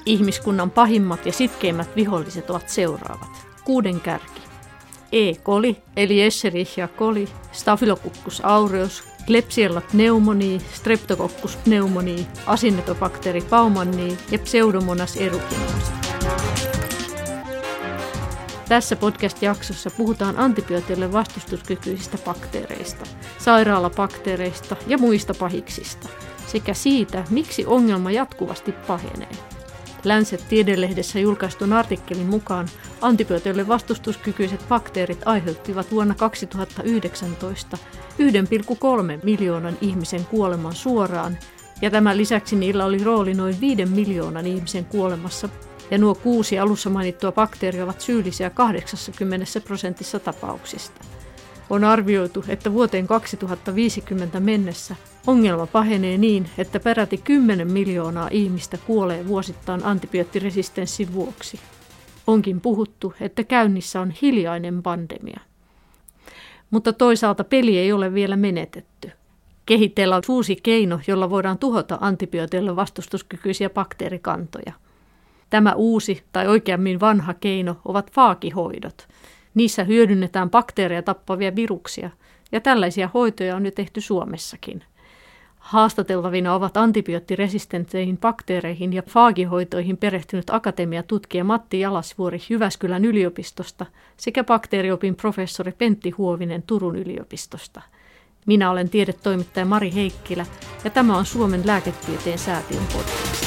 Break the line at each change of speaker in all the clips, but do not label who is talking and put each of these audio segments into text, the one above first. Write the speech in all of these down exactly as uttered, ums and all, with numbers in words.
Ihmiskunnan pahimmat ja sitkeimmät viholliset ovat seuraavat. Kuuden kärki. E. coli, eli Escherichia coli, Staphylococcus aureus, Klebsiella pneumoniae, Streptococcus pneumoniae, Acinetobacter baumannii ja Pseudomonas aeruginosa. Tässä podcast-jaksossa puhutaan antibiooteille vastustuskykyisistä bakteereista, sairaalabakteereista ja muista pahiksista, sekä siitä, miksi ongelma jatkuvasti pahenee. Lancet-tiedelehdessä julkaistun artikkelin mukaan antibiooteille vastustuskykyiset bakteerit aiheuttivat vuonna kaksituhattayhdeksäntoista yksi pilkku kolme miljoonan ihmisen kuoleman suoraan, ja tämän lisäksi niillä oli rooli noin viiden miljoonan ihmisen kuolemassa, ja nuo kuusi alussa mainittua bakteeria ovat syyllisiä kahdeksankymmentä prosentissa tapauksista. On arvioitu, että vuoteen kaksituhattaviisikymmentä mennessä ongelma pahenee niin, että peräti kymmenen miljoonaa ihmistä kuolee vuosittain antibioottiresistenssin vuoksi. Onkin puhuttu, että käynnissä on hiljainen pandemia. Mutta toisaalta peli ei ole vielä menetetty. Kehitteillä on uusi keino, jolla voidaan tuhota antibiooteille vastustuskykyisiä bakteerikantoja. Tämä uusi, tai oikeammin vanha keino, ovat faagihoidot. Niissä hyödynnetään bakteereja tappavia viruksia, ja tällaisia hoitoja on jo tehty Suomessakin. Haastateltavina ovat antibioottiresistentteihin bakteereihin ja faagihoitoihin perehtynyt akatemiatutkija Matti Jalasvuori Jyväskylän yliopistosta sekä bakteeriopin professori Pentti Huovinen Turun yliopistosta. Minä olen tiedetoimittaja Mari Heikkilä, ja tämä on Suomen lääketieteen säätiön podcast.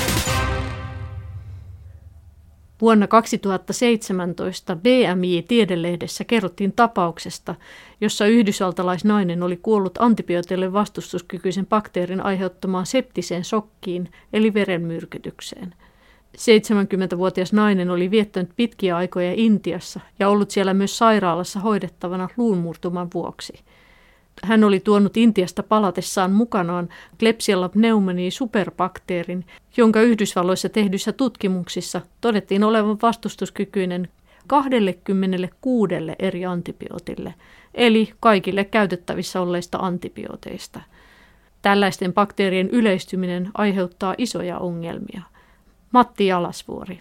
Vuonna kaksituhattaseitsemäntoista B M J-tiedelehdessä kerrottiin tapauksesta, jossa yhdysvaltalaisnainen oli kuollut antibiooteille vastustuskykyisen bakteerin aiheuttamaan septiseen shokkiin eli verenmyrkytykseen. seitsemänkymmentävuotias nainen oli viettänyt pitkiä aikoja Intiassa ja ollut siellä myös sairaalassa hoidettavana luunmurtuman vuoksi. Hän oli tuonut Intiasta palatessaan mukanaan Klebsiella pneumoniae superbakteerin, jonka Yhdysvalloissa tehdyissä tutkimuksissa todettiin olevan vastustuskykyinen kaksikymmentäkuusi eri antibiootille, eli kaikille käytettävissä olleista antibiooteista. Tällaisten bakteerien yleistyminen aiheuttaa isoja ongelmia. Matti Jalasvuori.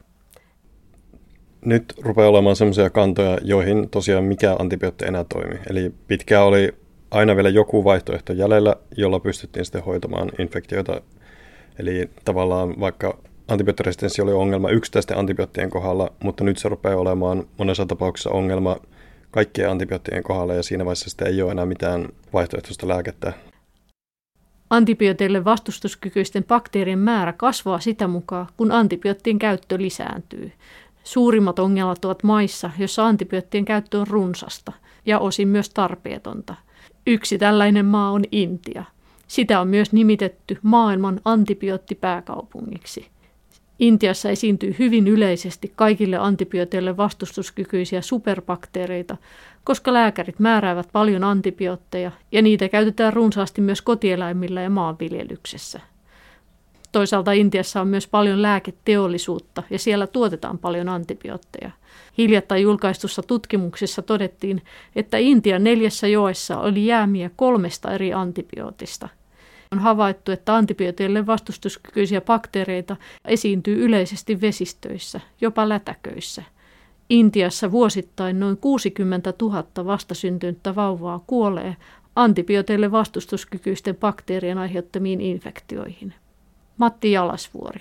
Nyt rupeaa olemaan sellaisia kantoja, joihin tosiaan mikä antibiootti enää toimi. Eli pitkään oli aina vielä joku vaihtoehto jäljellä, jolla pystyttiin sitten hoitamaan infektioita. Eli tavallaan vaikka antibioottiresistenssi oli ongelma yksittäisten antibioottien kohdalla, mutta nyt se rupeaa olemaan monessa tapauksessa ongelma kaikkien antibioottien kohdalla, ja siinä vaiheessa sitten ei ole enää mitään vaihtoehtoista lääkettä.
Antibiooteille vastustuskykyisten bakteerien määrä kasvaa sitä mukaan, kun antibioottien käyttö lisääntyy. Suurimmat ongelmat ovat maissa, joissa antibioottien käyttö on runsasta ja osin myös tarpeetonta. Yksi tällainen maa on Intia. Sitä on myös nimitetty maailman antibioottipääkaupungiksi. Intiassa esiintyy hyvin yleisesti kaikille antibiooteille vastustuskykyisiä superbakteereita, koska lääkärit määräävät paljon antibiootteja ja niitä käytetään runsaasti myös kotieläimillä ja maanviljelyksessä. Toisaalta Intiassa on myös paljon lääketeollisuutta ja siellä tuotetaan paljon antibiootteja. Hiljattain julkaistussa tutkimuksessa todettiin, että Intian neljässä joessa oli jäämiä kolmesta eri antibiootista. On havaittu, että antibiooteille vastustuskykyisiä bakteereita esiintyy yleisesti vesistöissä, jopa lätäköissä. Intiassa vuosittain noin kuusikymmentätuhatta vastasyntynyttä vauvaa kuolee antibiooteille vastustuskykyisten bakteerien aiheuttamiin infektioihin. Matti Jalasvuori.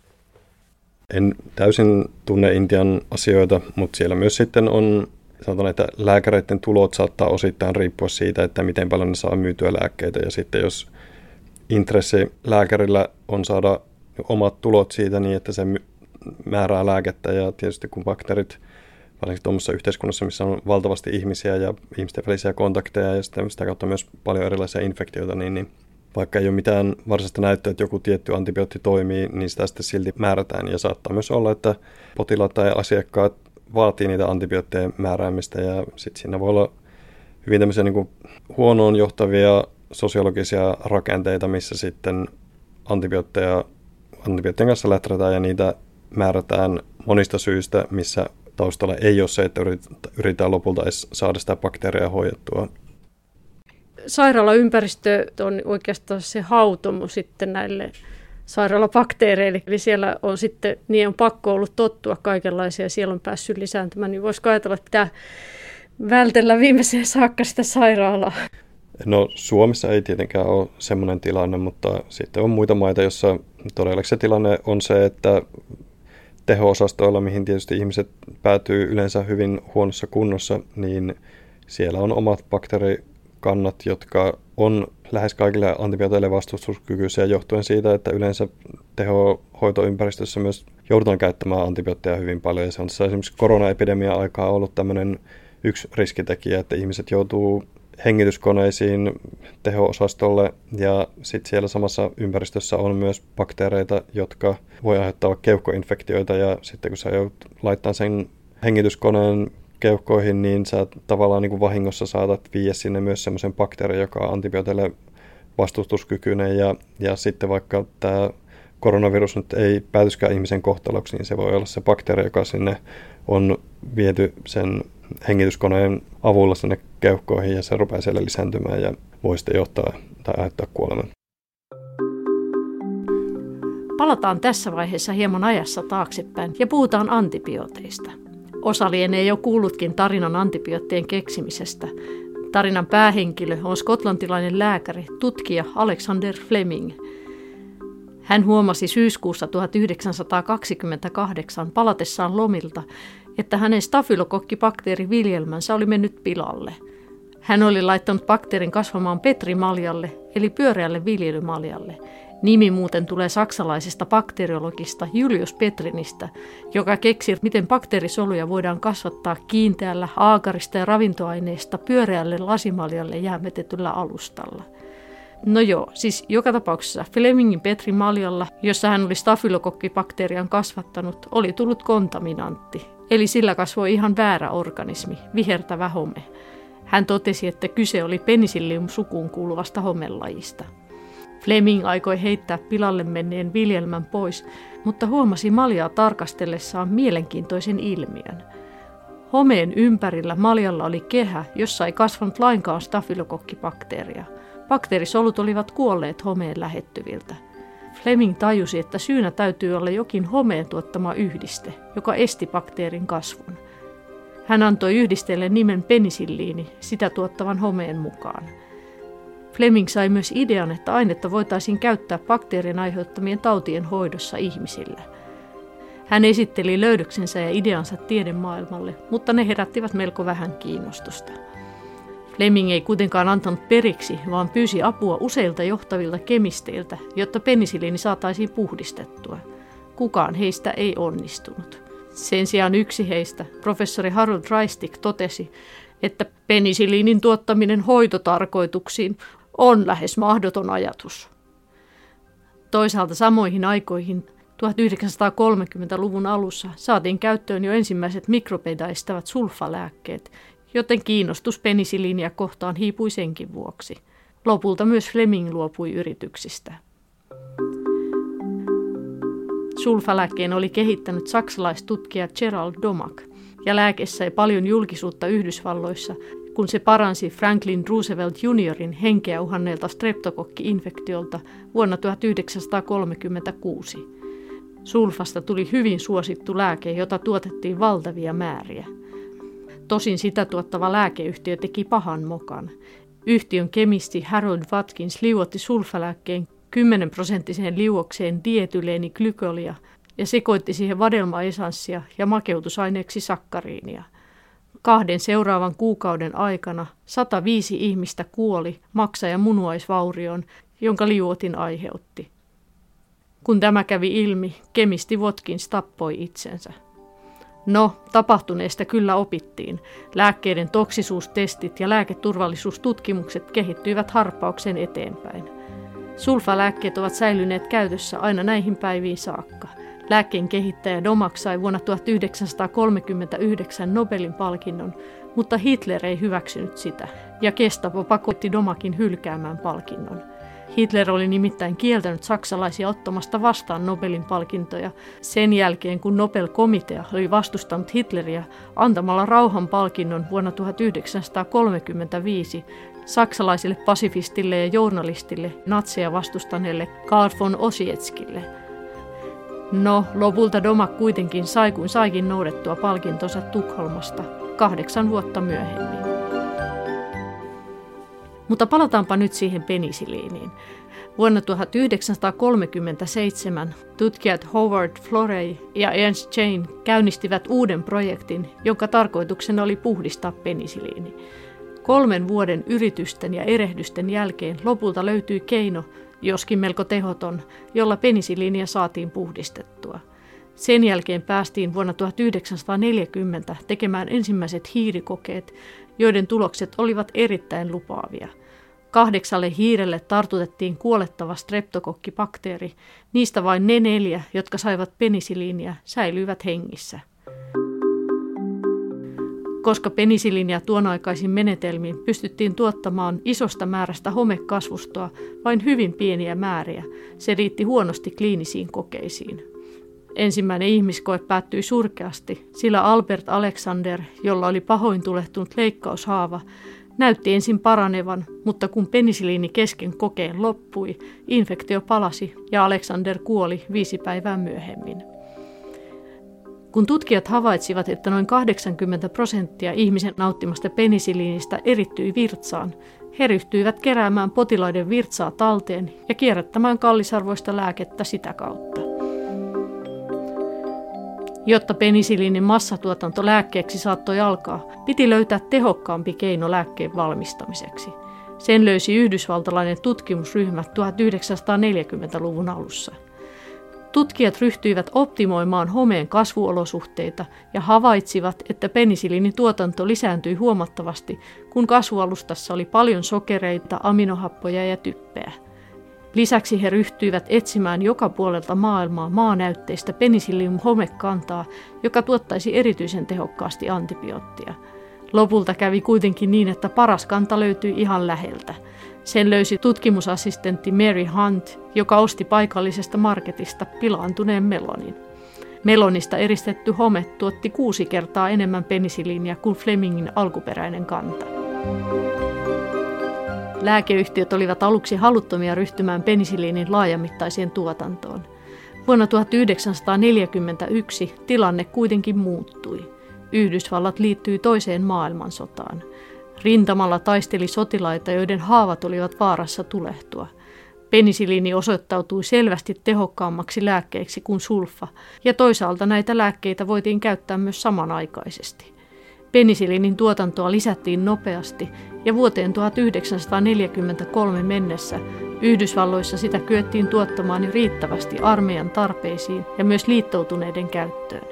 En täysin tunne Intian asioita, mutta siellä myös sitten on, sanotaan, että lääkäreiden tulot saattaa osittain riippua siitä, että miten paljon ne saa myytyä lääkkeitä. Ja sitten jos intressi lääkärillä on saada omat tulot siitä niin, että se määrää lääkettä, ja tietysti kun bakteerit, varsinkin tuommoisessa yhteiskunnassa, missä on valtavasti ihmisiä ja ihmisten välisiä kontakteja ja sitten sitä kautta myös paljon erilaisia infektioita, niin, niin vaikka ei ole mitään varsinaista näyttöä, että joku tietty antibiootti toimii, niin sitä sitten silti määrätään. Ja saattaa myös olla, että potilaat tai asiakkaat vaatii niitä antibioottejen määräämistä. Ja sitten siinä voi olla hyvin tämmöisiä niin kuin huonoon johtavia sosiologisia rakenteita, missä sitten antibiootteja, antibioottien kanssa läträtään ja niitä määrätään monista syistä, missä taustalla ei ole se, että yritetään lopulta edes saada sitä bakteeria hoidettua.
Sairaalaympäristö on oikeastaan se hautomo sitten näille sairaalabakteereille. Eli siellä on sitten, niin on pakko ollut tottua kaikenlaisia ja siellä on päässyt lisääntymään. Niin voisiko ajatella, että pitää vältellä viimeiseen saakka sitä sairaalaa?
No Suomessa ei tietenkään ole semmoinen tilanne, mutta sitten on muita maita, joissa todellakin se tilanne on se, että teho-osastoilla, mihin tietysti ihmiset päätyy yleensä hyvin huonossa kunnossa, niin siellä on omat bakteerikannat, jotka on lähes kaikille antibiooteille vastustuskykyisiä johtuen siitä, että yleensä tehohoitoympäristössä myös joudutaan käyttämään antibiootteja hyvin paljon. Ja se on esimerkiksi koronaepidemian aikaa ollut tämmöinen yksi riskitekijä, että ihmiset joutuu hengityskoneisiin teho-osastolle ja sitten siellä samassa ympäristössä on myös bakteereita, jotka voi aiheuttaa keuhkoinfektioita ja sitten kun sä joudut laittamaan sen hengityskoneen keuhkoihin, niin sä tavallaan niin kuin vahingossa saatat viiä sinne myös semmoisen bakteerin, joka on antibiooteille vastustuskykyinen ja, ja sitten vaikka tämä koronavirus nyt ei päätyskään ihmisen kohtaloksi, niin se voi olla se bakteeri, joka sinne on viety sen hengityskoneen avulla sinne keuhkoihin ja se rupeaa siellä lisääntymään ja voi sitten johtaa tai aiheuttaa kuoleman.
Palataan tässä vaiheessa hieman ajassa taaksepäin ja puhutaan antibiooteista. Osa lienee jo kuullutkin tarinan antibioottien keksimisestä. Tarinan päähenkilö on skotlantilainen lääkäri, tutkija Alexander Fleming. Hän huomasi syyskuussa tuhatyhdeksänsataakaksikymmentäkahdeksan palatessaan lomilta, että hänen stafylokokkibakteeriviljelmänsä oli mennyt pilalle. Hän oli laittanut bakteerin kasvamaan petrimaljalle, eli pyöreälle viljelymaljalle. Nimi muuten tulee saksalaisesta bakteriologista Julius Petrinistä, joka keksi, miten bakteerisoluja voidaan kasvattaa kiinteällä aakarista ja ravintoaineista pyöreälle lasimaljalle jäämetetyllä alustalla. No joo, siis joka tapauksessa Flemingin petrimaljalla, jossa hän oli stafylokokkibakterian kasvattanut, oli tullut kontaminantti. Eli sillä kasvoi ihan väärä organismi, vihertävä home. Hän totesi, että kyse oli Penicillium-sukuun kuuluvasta homelajista. Fleming aikoi heittää pilalle menneen viljelmän pois, mutta huomasi maljaa tarkastellessaan mielenkiintoisen ilmiön. Homeen ympärillä maljalla oli kehä, jossa ei kasvanut lainkaan stafylokokkibakteeria. Bakteerisolut olivat kuolleet homeen lähettyviltä. Fleming tajusi, että syynä täytyy olla jokin homeen tuottama yhdiste, joka esti bakteerin kasvun. Hän antoi yhdisteelle nimen penisilliini sitä tuottavan homeen mukaan. Fleming sai myös idean, että ainetta voitaisiin käyttää bakteerien aiheuttamien tautien hoidossa ihmisillä. Hän esitteli löydöksensä ja ideansa tiedemaailmalle, mutta ne herättivät melko vähän kiinnostusta. Fleming ei kuitenkaan antanut periksi, vaan pyysi apua useilta johtavilta kemisteiltä, jotta penisilliini saataisiin puhdistettua. Kukaan heistä ei onnistunut. Sen sijaan yksi heistä, professori Harold Reistick, totesi, että penisilliinin tuottaminen hoitotarkoituksiin on lähes mahdoton ajatus. Toisaalta samoihin aikoihin tuhatyhdeksänsataakolmekymmentäluvun alussa saatiin käyttöön jo ensimmäiset mikrobeita estävät sulfalääkkeet, joten kiinnostus penisilliiniä kohtaan hiipui senkin vuoksi. Lopulta myös Fleming luopui yrityksistä. Sulfalääkkeen oli kehittänyt saksalaistutkija Gerald Domak, ja lääke sai paljon julkisuutta Yhdysvalloissa, kun se paransi Franklin Roosevelt juniorin henkeä uhanneelta streptokokki-infektiolta vuonna tuhatyhdeksänsataakolmekymmentäkuusi. Sulfasta tuli hyvin suosittu lääke, jota tuotettiin valtavia määriä. Tosin sitä tuottava lääkeyhtiö teki pahan mokan. Yhtiön kemisti Harold Watkins liuotti sulfalääkkeen kymmenen prosenttiseen liuokseen dietyleeniglykolia ja sekoitti siihen vadelmaesanssia ja makeutusaineeksi sakkariinia. Kahden seuraavan kuukauden aikana sata viisi ihmistä kuoli maksa- ja munuaisvaurioon, jonka liuotin aiheutti. Kun tämä kävi ilmi, kemisti Watkins tappoi itsensä. No, tapahtuneesta kyllä opittiin. Lääkkeiden toksisuustestit ja lääketurvallisuustutkimukset kehittyivät harppauksen eteenpäin. Sulfalääkkeet ovat säilyneet käytössä aina näihin päiviin saakka. Lääkkeen kehittäjä Domak sai vuonna tuhatyhdeksänsataakolmekymmentäyhdeksän Nobelin palkinnon, mutta Hitler ei hyväksynyt sitä, ja Gestapo pakotti Domakin hylkäämään palkinnon. Hitler oli nimittäin kieltänyt saksalaisia ottamasta vastaan Nobelin palkintoja sen jälkeen, kun Nobel-komitea oli vastustanut Hitleriä antamalla rauhanpalkinnon vuonna tuhatyhdeksänsataakolmekymmentäviisi saksalaiselle pasifistille ja journalistille natseja vastustaneelle Karl von Ossietzkille. No, lopulta Domak kuitenkin sai kuin saikin noudettua palkintonsa Tukholmasta kahdeksan vuotta myöhemmin. Mutta palataanpa nyt siihen penisiliiniin. Vuonna tuhatyhdeksänsataakolmekymmentäseitsemän tutkijat Howard Florey ja Ernst Chain käynnistivät uuden projektin, jonka tarkoituksena oli puhdistaa penisiliini. Kolmen vuoden yritysten ja erehdysten jälkeen lopulta löytyi keino, joskin melko tehoton, jolla penisiliiniä saatiin puhdistettua. Sen jälkeen päästiin vuonna tuhatyhdeksänsataaneljäkymmentä tekemään ensimmäiset hiirikokeet, joiden tulokset olivat erittäin lupaavia. Kahdeksalle hiirelle tartutettiin kuolettava streptokokkibakteeri, niistä vain ne neljä, jotka saivat penisiliiniä, säilyivät hengissä. Koska penisiliiniä tuon aikaisin menetelmiin pystyttiin tuottamaan isosta määrästä homekasvustoa vain hyvin pieniä määriä, se riitti huonosti kliinisiin kokeisiin. Ensimmäinen ihmiskoe päättyi surkeasti, sillä Albert Alexander, jolla oli pahoin tulehtunut leikkaushaava, näytti ensin paranevan, mutta kun penisiliini kesken kokeen loppui, infektio palasi ja Alexander kuoli viisi päivää myöhemmin. Kun tutkijat havaitsivat, että noin kahdeksankymmentä prosenttia ihmisen nauttimasta penisiliinistä erittyi virtsaan, he ryhtyivät keräämään potilaiden virtsaa talteen ja kierrättämään kallisarvoista lääkettä sitä kautta. Jotta penisiliinin massatuotanto lääkkeeksi saattoi alkaa, piti löytää tehokkaampi keino lääkkeen valmistamiseksi. Sen löysi yhdysvaltalainen tutkimusryhmä tuhatyhdeksänsataaneljäkymmentäluvun alussa. Tutkijat ryhtyivät optimoimaan homeen kasvuolosuhteita ja havaitsivat, että penisiliinin tuotanto lisääntyi huomattavasti, kun kasvualustassa oli paljon sokereita, aminohappoja ja typpeä. Lisäksi he ryhtyivät etsimään joka puolelta maailmaa maanäytteistä penicillium-homekantaa, joka tuottaisi erityisen tehokkaasti antibioottia. Lopulta kävi kuitenkin niin, että paras kanta löytyi ihan läheltä. Sen löysi tutkimusassistentti Mary Hunt, joka osti paikallisesta marketista pilaantuneen melonin. Melonista eristetty home tuotti kuusi kertaa enemmän penisiliiniä kuin Flemingin alkuperäinen kanta. Lääkeyhtiöt olivat aluksi haluttomia ryhtymään penisiliinin laajamittaiseen tuotantoon. Vuonna tuhatyhdeksänsataaneljäkymmentäyksi tilanne kuitenkin muuttui. Yhdysvallat liittyi toiseen maailmansotaan. Rintamalla taisteli sotilaita, joiden haavat olivat vaarassa tulehtua. Penisiliini osoittautui selvästi tehokkaammaksi lääkkeeksi kuin sulfa, ja toisaalta näitä lääkkeitä voitiin käyttää myös samanaikaisesti. Penisiliinin tuotantoa lisättiin nopeasti, ja vuoteen tuhatyhdeksänsataaneljäkymmentäkolme mennessä Yhdysvalloissa sitä kyettiin tuottamaan jo riittävästi armeijan tarpeisiin ja myös liittoutuneiden käyttöön.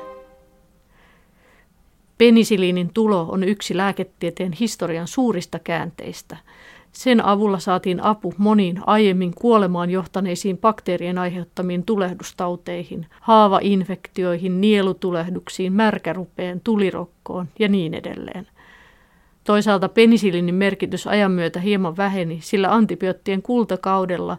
Penisiliinin tulo on yksi lääketieteen historian suurista käänteistä. Sen avulla saatiin apu moniin aiemmin kuolemaan johtaneisiin bakteerien aiheuttamiin tulehdustauteihin, haavainfektioihin, nielutulehduksiin, märkärupeen, tulirokkoon ja niin edelleen. Toisaalta penisiliinin merkitys ajan myötä hieman väheni, sillä antibioottien kultakaudella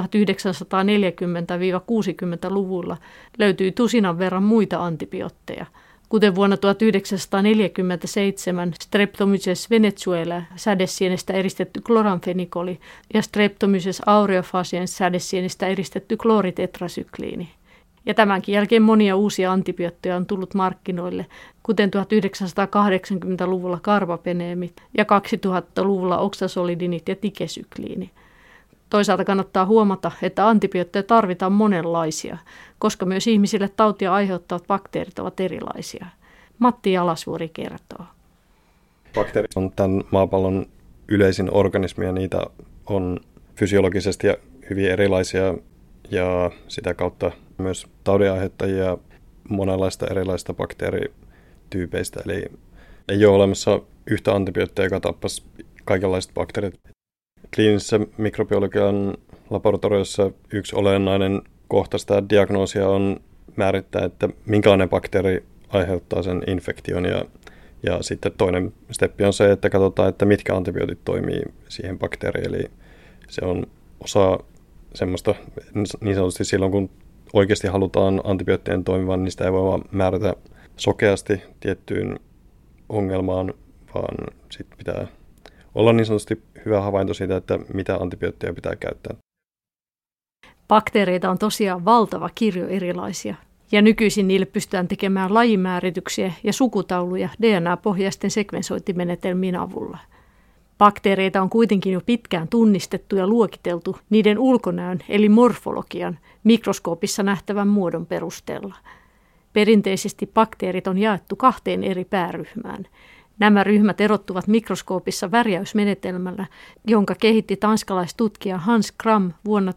tuhatyhdeksänsataaneljäkymmentä–kuusikymmentäluvulla löytyi tusinan verran muita antibiootteja, kuten vuonna tuhatyhdeksänsataaneljäkymmentäseitsemän Streptomyces venezuela sädesienestä eristetty kloranfenikoli ja Streptomyces aureofaciens sädesienestä eristetty klooritetrasykliini. Ja tämänkin jälkeen monia uusia antibiootteja on tullut markkinoille, kuten tuhatyhdeksänsataakahdeksankymmentäluvulla karbapeneemit ja kaksituhattaluvulla oksasolidinit ja tikesykliini. Toisaalta kannattaa huomata, että antibiootteja tarvitaan monenlaisia, koska myös ihmisille tautia aiheuttavat bakteerit ovat erilaisia. Matti Jalasvuori kertoo.
Bakteerit on tämän maapallon yleisin organismi ja niitä on fysiologisesti hyvin erilaisia ja sitä kautta myös taudinaiheuttajia monenlaista erilaisista bakteerityypeistä. Eli ei ole olemassa yhtä antibioottia, joka tappaisi kaikenlaiset bakteerit. Kliinisessä mikrobiologian laboratoriossa yksi olennainen kohta sitä diagnoosia on määrittää, että minkälainen bakteeri aiheuttaa sen infektion. Ja, ja sitten toinen steppi on se, että katsotaan, että mitkä antibiootit toimii siihen bakteeriin. Eli se on osa semmoista, niin sanotusti silloin kun oikeasti halutaan antibioottien toimivan, niin sitä ei voi vaan määrätä sokeasti tiettyyn ongelmaan, vaan sitten pitää olla niin sanotusti hyvä havainto siitä, että mitä antibiootteja pitää käyttää.
Bakteereita on tosiaan valtava kirjo erilaisia, ja nykyisin niille pystytään tekemään lajimäärityksiä ja sukutauluja D N A-pohjaisten sekvensointimenetelmien avulla. Bakteereita on kuitenkin jo pitkään tunnistettu ja luokiteltu niiden ulkonäön eli morfologian mikroskoopissa nähtävän muodon perusteella. Perinteisesti bakteerit on jaettu kahteen eri pääryhmään. Nämä ryhmät erottuvat mikroskoopissa värjäysmenetelmällä, jonka kehitti tanskalaistutkija Hans Gram vuonna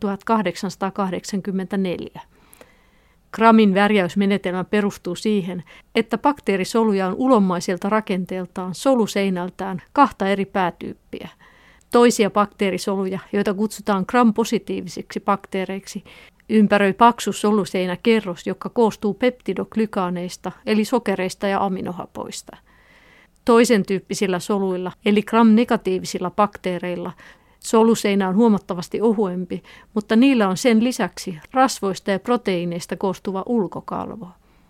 tuhatkahdeksansataakahdeksankymmentäneljä. Gramin värjäysmenetelmä perustuu siihen, että bakteerisoluja on ulomaiselta rakenteeltaan soluseinältään kahta eri päätyyppiä. Toisia bakteerisoluja, joita kutsutaan gram-positiivisiksi bakteereiksi, ympäröi paksu soluseinäkerros, joka koostuu peptidoglykaaneista eli sokereista ja aminohapoista. Toisen tyyppisillä soluilla eli gram-negatiivisilla bakteereilla soluseinä on huomattavasti ohuempi, mutta niillä on sen lisäksi rasvoista ja proteiineista koostuva ulkokalvo.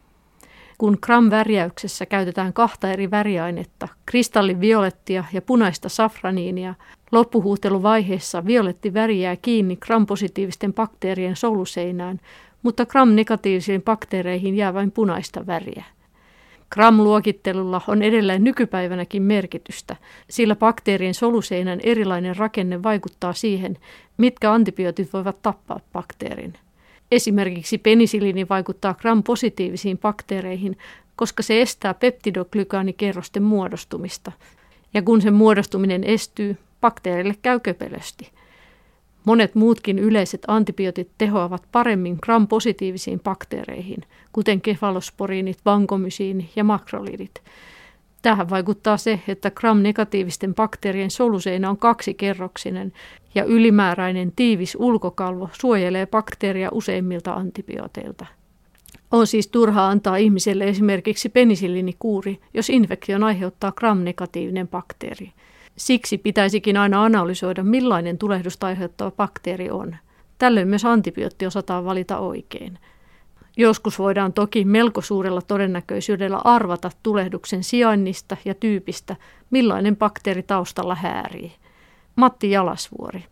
Kun gram-värjäyksessä käytetään kahta eri väriainetta, kristalliviolettia ja punaista safraniinia, loppuhuuteluvaiheessa violetti väri jää kiinni gram-positiivisten bakteerien soluseinään, mutta gram-negatiivisiin bakteereihin jää vain punaista väriä. Gram-luokittelulla on edelleen nykypäivänäkin merkitystä, sillä bakteerien soluseinän erilainen rakenne vaikuttaa siihen, mitkä antibiootit voivat tappaa bakteerin. Esimerkiksi penisiliini vaikuttaa gram-positiivisiin bakteereihin, koska se estää peptidoglykaaниkerrosten muodostumista. Ja kun sen muodostuminen estyy, bakteerille käy köpelösti. Monet muutkin yleiset antibiootit tehoavat paremmin gram-positiivisiin bakteereihin, kuten kefalosporiinit, vankomysiini ja makrolidit. Tähän vaikuttaa se, että gram-negatiivisten bakteerien soluseinä on kaksikerroksinen ja ylimääräinen tiivis ulkokalvo suojelee bakteeria useimmilta antibiooteilta. On siis turhaa antaa ihmiselle esimerkiksi penisiliinikuuri, jos infektion aiheuttaa gram-negatiivinen bakteeri. Siksi pitäisikin aina analysoida, millainen tulehdusta aiheuttava bakteeri on. Tällöin myös antibiootti osataan valita oikein. Joskus voidaan toki melko suurella todennäköisyydellä arvata tulehduksen sijainnista ja tyypistä, millainen bakteeri taustalla häärii. Matti Jalasvuori.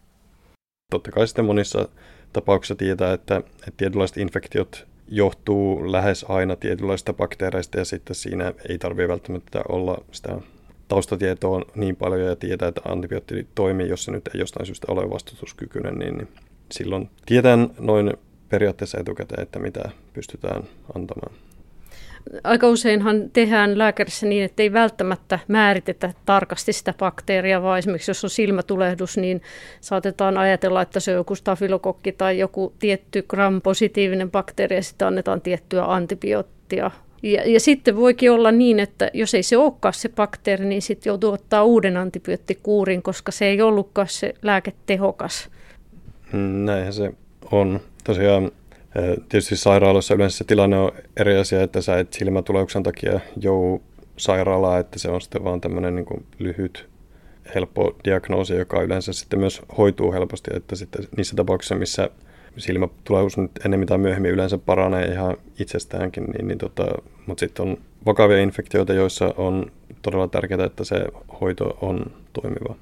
Totta kai sitten monissa tapauksissa tietää, että, että tietynlaiset infektiot johtuu lähes aina tietynlaisista bakteereista ja sitten siinä ei tarvitse välttämättä olla sitä taustatietoa niin paljon ja tietää, että antibiootti toimii, jos se nyt ei jostain syystä ole vastustuskykyinen, niin, niin silloin tietään noin periaatteessa etukäteen, että mitä pystytään antamaan.
Aika useinhan tehdään lääkärissä niin, että ei välttämättä määritetä tarkasti sitä bakteeria, vaan esimerkiksi jos on silmätulehdus, niin saatetaan ajatella, että se on joku stafilokokki tai joku tietty gram-positiivinen bakteeri ja sitten annetaan tiettyä antibioottia. Ja, ja sitten voikin olla niin, että jos ei se olekaan se bakteeri, niin sitten joutuu ottaa uuden antibioottikuurin, koska se ei ollutkaan se lääke tehokas.
Näinhän se on. Tosiaan tietysti sairaaloissa yleensä se tilanne on eri asia, että sä et silmätulehduksen takia jou sairaalaan, että se on sitten vaan tämmöinen niin kuin lyhyt, helppo diagnoosi, joka yleensä sitten myös hoituu helposti, että sitten niissä tapauksissa, missä silmätulehdus nyt enemmän tai myöhemmin yleensä paranee ihan itsestäänkin, niin, niin tota, mutta sitten on vakavia infektioita, joissa on todella tärkeää, että se hoito on toimiva.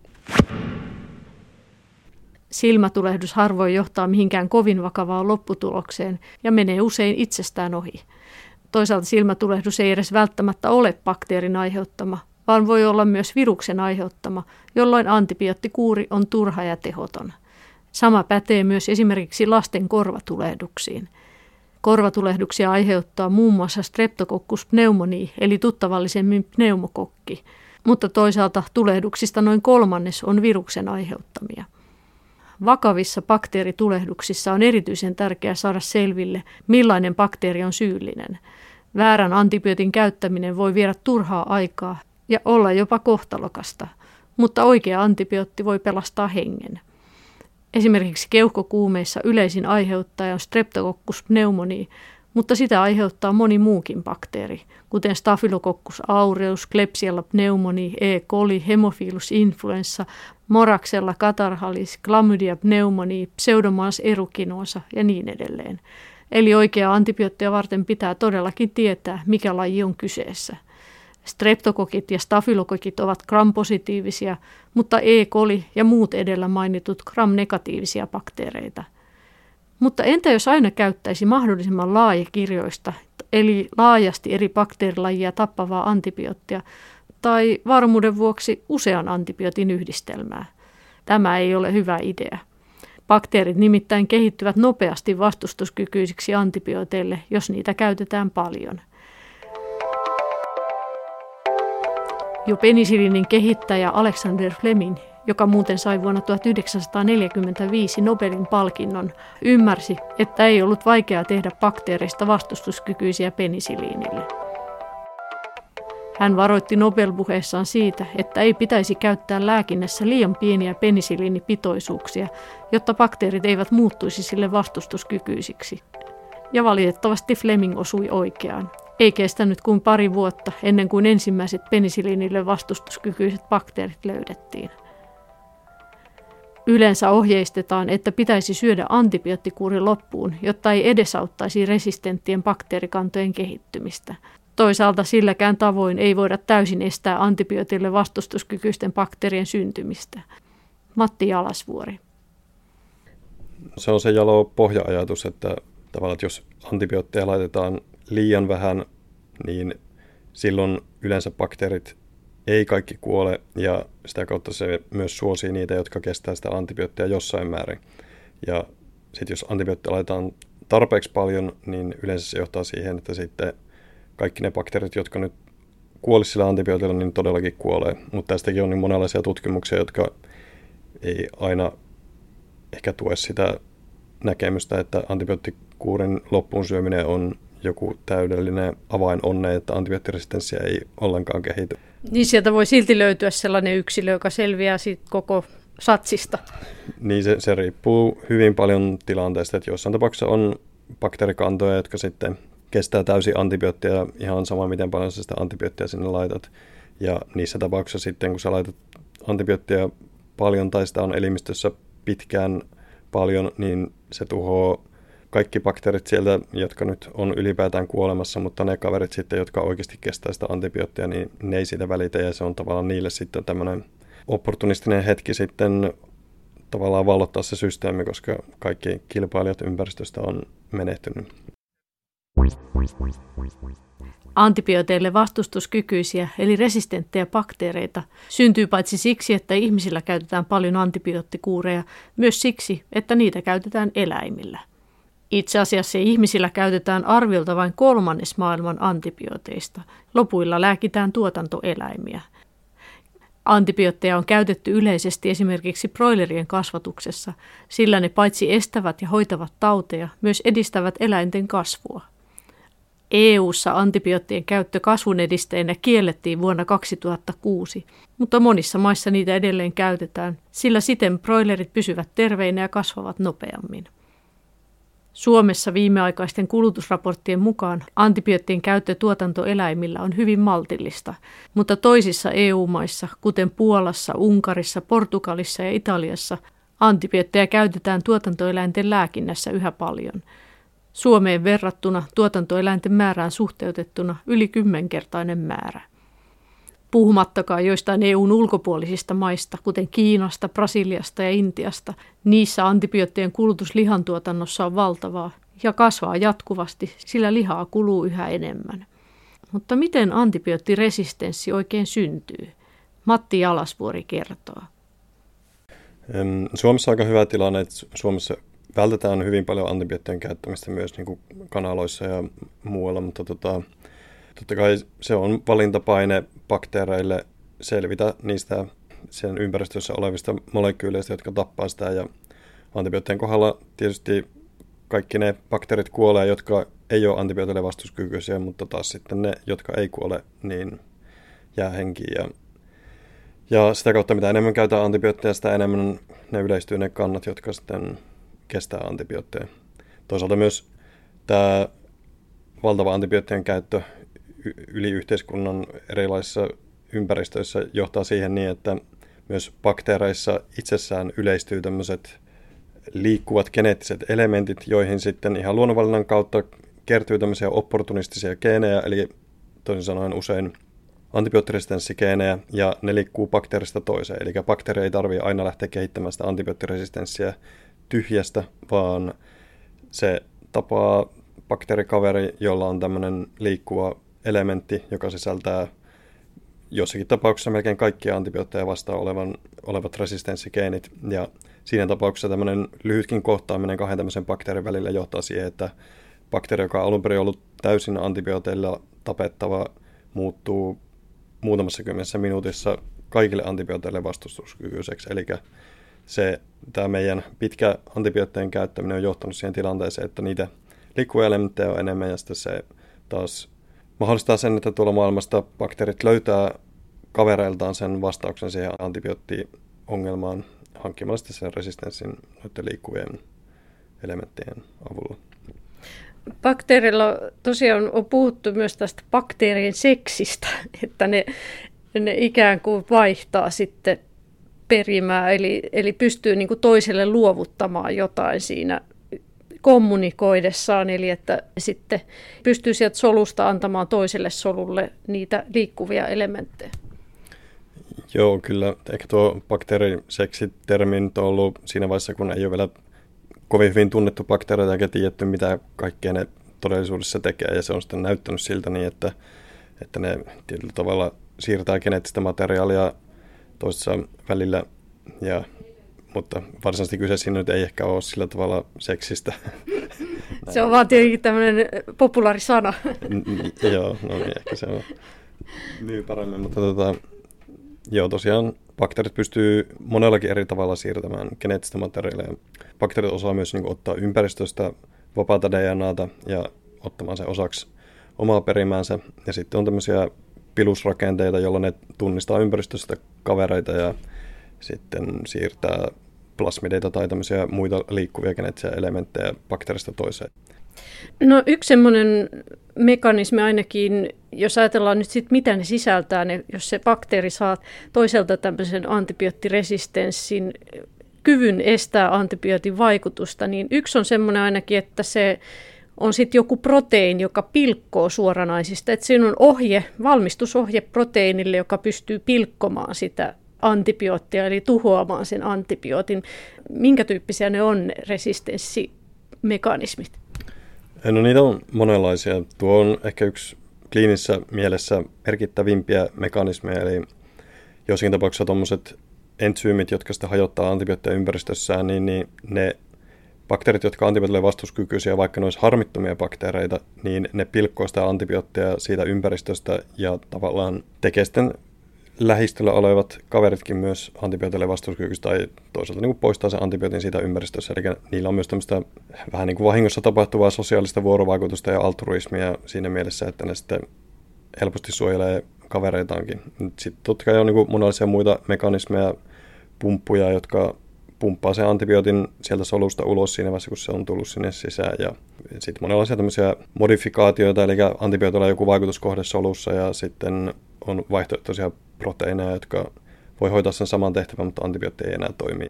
Silmätulehdus harvoin johtaa mihinkään kovin vakavaan lopputulokseen ja menee usein itsestään ohi. Toisaalta silmätulehdus ei edes välttämättä ole bakteerin aiheuttama, vaan voi olla myös viruksen aiheuttama, jolloin antibioottikuuri on turha ja tehoton. Sama pätee myös esimerkiksi lasten korvatulehduksiin. Korvatulehduksia aiheuttaa muun muassa Streptococcus pneumoniae eli tuttavallisemmin pneumokokki, mutta toisaalta tulehduksista noin kolmannes on viruksen aiheuttamia. Vakavissa bakteeritulehduksissa on erityisen tärkeää saada selville, millainen bakteeri on syyllinen. Väärän antibiootin käyttäminen voi viedä turhaa aikaa ja olla jopa kohtalokasta, mutta oikea antibiootti voi pelastaa hengen. Esimerkiksi keuhkokuumeissa yleisin aiheuttaja on Streptococcus pneumoniae, mutta sitä aiheuttaa moni muukin bakteeri, kuten Staphylococcus aureus, Klebsiella pneumoniae, E. coli, Haemophilus influenza, Moraxella catarrhalis, Chlamydia pneumoniae, Pseudomonas aeruginosa ja niin edelleen. Eli oikeaa antibioottia varten pitää todellakin tietää, mikä laji on kyseessä. Streptokokit ja stafylokokit ovat gram-positiivisia, mutta E. coli ja muut edellä mainitut gram-negatiivisia bakteereita. Mutta entä jos aina käyttäisi mahdollisimman laajakirjoista, eli laajasti eri bakteerilajia tappavaa antibioottia, tai varmuuden vuoksi usean antibiootin yhdistelmää? Tämä ei ole hyvä idea. Bakteerit nimittäin kehittyvät nopeasti vastustuskykyisiksi antibiooteille, jos niitä käytetään paljon. Jo penisillinin kehittäjä Alexander Fleming, joka muuten sai vuonna tuhatyhdeksänsataaneljäkymmentäviisi Nobelin palkinnon, ymmärsi, että ei ollut vaikeaa tehdä bakteereista vastustuskykyisiä penisiliinille. Hän varoitti Nobel-puheessaan siitä, että ei pitäisi käyttää lääkinnässä liian pieniä penisiliinipitoisuuksia, jotta bakteerit eivät muuttuisi sille vastustuskykyisiksi. Ja valitettavasti Fleming osui oikeaan. Ei kestänyt kuin pari vuotta ennen kuin ensimmäiset penisiliinille vastustuskykyiset bakteerit löydettiin. Yleensä ohjeistetaan, että pitäisi syödä antibioottikuuri loppuun, jotta ei edesauttaisi resistenttien bakteerikantojen kehittymistä. Toisaalta silläkään tavoin ei voida täysin estää antibiootille vastustuskykyisten bakteerien syntymistä. Matti Jalasvuori.
Se on se jalo pohja-ajatus, että tavallaan, että jos antibiootteja laitetaan liian vähän, niin silloin yleensä bakteerit ei kaikki kuole, ja sitä kautta se myös suosii niitä, jotka kestää sitä antibioottia jossain määrin. Ja sitten jos antibiootteja laitetaan tarpeeksi paljon, niin yleensä se johtaa siihen, että sitten kaikki ne bakteerit, jotka nyt kuolisivat sillä antibiootilla, niin todellakin kuolee. Mutta tästäkin on niin monenlaisia tutkimuksia, jotka ei aina ehkä tue sitä näkemystä, että antibioottikuurin loppuun syöminen on joku täydellinen avain onneen, että antibioottiresistenssiä ei ollenkaan kehity.
Niin sieltä voi silti löytyä sellainen yksilö, joka selviää siitä koko satsista.
Niin se, se riippuu hyvin paljon tilanteesta, että jossain tapauksessa on bakteerikantoja, jotka sitten kestää täysin antibioottia ihan sama, miten paljon sä sitä antibioottia sinne laitat. Ja niissä tapauksissa sitten, kun sä laitat antibioottia paljon tai sitä on elimistössä pitkään paljon, niin se tuhoaa kaikki bakteerit sieltä, jotka nyt on ylipäätään kuolemassa, mutta ne kaverit sitten, jotka oikeasti kestää sitä antibioottia, niin ne ei siitä välitä ja se on tavallaan niille sitten tämmöinen opportunistinen hetki sitten tavallaan vallottaa se systeemi, koska kaikki kilpailijat ympäristöstä on menehtynyt.
Antibiooteille vastustuskykyisiä eli resistenttejä bakteereita syntyy paitsi siksi, että ihmisillä käytetään paljon antibioottikuureja, myös siksi, että niitä käytetään eläimillä. Itse asiassa ihmisillä käytetään arviolta vain kolmannes maailman antibiooteista. Lopuilla lääkitään tuotantoeläimiä. Antibiootteja on käytetty yleisesti esimerkiksi broilerien kasvatuksessa, sillä ne paitsi estävät ja hoitavat tauteja, myös edistävät eläinten kasvua. E U:ssa antibioottien käyttö kasvun edisteenä kiellettiin vuonna kaksituhattakuusi, mutta monissa maissa niitä edelleen käytetään, sillä siten broilerit pysyvät terveinä ja kasvavat nopeammin. Suomessa viimeaikaisten kulutusraporttien mukaan antibioottien käyttö tuotantoeläimillä on hyvin maltillista, mutta toisissa E U-maissa, kuten Puolassa, Unkarissa, Portugalissa ja Italiassa, antibiootteja käytetään tuotantoeläinten lääkinnässä yhä paljon. Suomeen verrattuna tuotantoeläinten määrään suhteutettuna yli kymmenkertainen määrä. Puhumattakaan joistain E U:n ulkopuolisista maista, kuten Kiinasta, Brasiliasta ja Intiasta, niissä antibioottien kulutus lihantuotannossa on valtavaa ja kasvaa jatkuvasti, sillä lihaa kuluu yhä enemmän. Mutta miten antibioottiresistenssi oikein syntyy? Matti Jalasvuori kertoo.
Suomessa on aika hyvä tilanne, että Suomessa vältetään hyvin paljon antibioottien käyttämistä myös niin kuin kanaloissa ja muualla, mutta tota, totta kai se on valintapaine bakteereille selvitä niistä sen ympäristössä olevista molekyyleistä, jotka tappaa sitä. Ja antibioottien kohdalla tietysti kaikki ne bakteerit kuolee, jotka ei ole antibiootille vastuskykyisiä, mutta taas sitten ne, jotka ei kuole, niin jää henkiin. Ja, ja sitä kautta mitä enemmän käytetään antibiootteja, sitä enemmän ne yleistyy ne kannat, jotka sitten kestää antibiootteja. Toisaalta myös tämä valtava antibioottien käyttö yli yhteiskunnan erilaisissa ympäristöissä johtaa siihen niin, että myös bakteereissa itsessään yleistyy tämmöiset liikkuvat geneettiset elementit, joihin sitten ihan luonnonvalinnan kautta kertyy tämmöisiä opportunistisia geenejä, eli toisin sanoen usein antibioottiresistenssigeenejä ja ne liikkuu bakteerista toiseen. Eli bakteeri ei tarvitse aina lähteä kehittämään sitä antibioottiresistenssiä tyhjästä, vaan se tapaa bakteerikaveri, jolla on tämmöinen liikkuva elementti, joka sisältää jossakin tapauksessa melkein kaikkia antibiootteja vastaan olevan, olevat resistenssigeenit. Ja siinä tapauksessa tämmöinen lyhytkin kohtaaminen kahden tämmöisen bakteerin välillä johtaa siihen, että bakteeri, joka on alun perin ollut täysin antibiooteilla tapettava, muuttuu muutamassa kymmenessä minuutissa kaikille antibiooteille vastustuskykyiseksi. Eli se, tämä meidän pitkä antibioottien käyttäminen on johtanut siihen tilanteeseen, että niitä liikkuvia elementtejä on enemmän, ja sitten se taas mahdollistaa sen, että tuolla maailmasta bakteerit löytää kavereiltaan sen vastauksen siihen antibiootti-ongelmaan hankkimalla sitten sen resistenssin noiden liikkuvien elementtien avulla.
Bakteerilla tosiaan on puhuttu myös tästä bakteerien seksistä, että ne, ne ikään kuin vaihtaa sitten perimää, eli, eli pystyy niin kuin toiselle luovuttamaan jotain siinä kommunikoidessaan, eli että sitten pystyy sieltä solusta antamaan toiselle solulle niitä liikkuvia elementtejä.
Joo, kyllä. Ehkä tuo bakteeriseksi-termi on ollut siinä vaiheessa, kun ei ole vielä kovin hyvin tunnettu bakteereita eikä tiedetty, mitä kaikkea ne todellisuudessa tekee. Ja se on sitten näyttänyt siltä niin, että, että ne tietyllä tavalla siirtää geneettistä materiaalia toisessa välillä. Ja, mutta varsinaisesti kyse siinä nyt ei ehkä ole sillä tavalla seksistä.
Se on vaan tietenkin tämmöinen populaari sana.
Joo, no niin, ehkä se on niin paremmin, mutta tota, joo, tosiaan bakteerit pystyy monellakin eri tavalla siirtämään geneettistä materiaalia. Bakteerit osaa myös niin kuin, ottaa ympäristöstä vapaata D N A:ta ja ottamaan sen osaksi omaa perimäänsä. Ja sitten on tämmöisiä pilusrakenteita, joilla ne tunnistaa ympäristöstä kavereita ja sitten siirtää plasmideita tai tämmöisiä muita liikkuvia geneettisiä elementtejä bakteerista toiseen.
No yksi semmoinen mekanismi ainakin, jos ajatellaan nyt sitten mitä ne sisältää, ne, jos se bakteeri saa toiselta tämmöisen antibioottiresistenssin kyvyn estää antibiootin vaikutusta, niin yksi on semmoinen ainakin, että se on sitten joku proteiini, joka pilkkoo suoranaisista. Että siinä on ohje, valmistusohje proteiinille, joka pystyy pilkkomaan sitä antibioottia, eli tuhoamaan sen antibiootin. Minkä tyyppisiä ne on, resistenssimekanismit?
No niitä on monenlaisia. Tuo on ehkä yksi kliinisessä mielessä merkittävimpiä mekanismeja, eli jossakin tapauksessa tuommoiset entsyymit, jotka sitä hajottaa antibiootteja ympäristössään, niin, niin ne bakteerit, jotka on antibiootille vastuskykyisiä, vaikka ne olisi harmittomia bakteereita, niin ne pilkkoo sitä antibioottia siitä ympäristöstä ja tavallaan tekee sitten lähistöllä olevat kaveritkin myös antibiootille vastuskykyisiä tai toisaalta niin kuin poistaa sen antibiootin siitä ympäristössä. Eli niillä on myös tämmöistä vähän niin kuin vahingossa tapahtuvaa sosiaalista vuorovaikutusta ja altruismia siinä mielessä, että ne sitten helposti suojelee kavereitaankin. Sitten totta kai on niin kuin monenlaisia muita mekanismeja, pumppuja, jotka pumppaa sen antibiootin sieltä solusta ulos siinä vaiheessa, kun se on tullut sinne sisään. Ja sitten monenlaisia tämmöisiä modifikaatioita, eli antibiootilla on joku vaikutuskohde solussa ja sitten on vaihtoehtoisia proteiineja, jotka voi hoitaa sen saman tehtävän, mutta antibiootti ei enää toimi.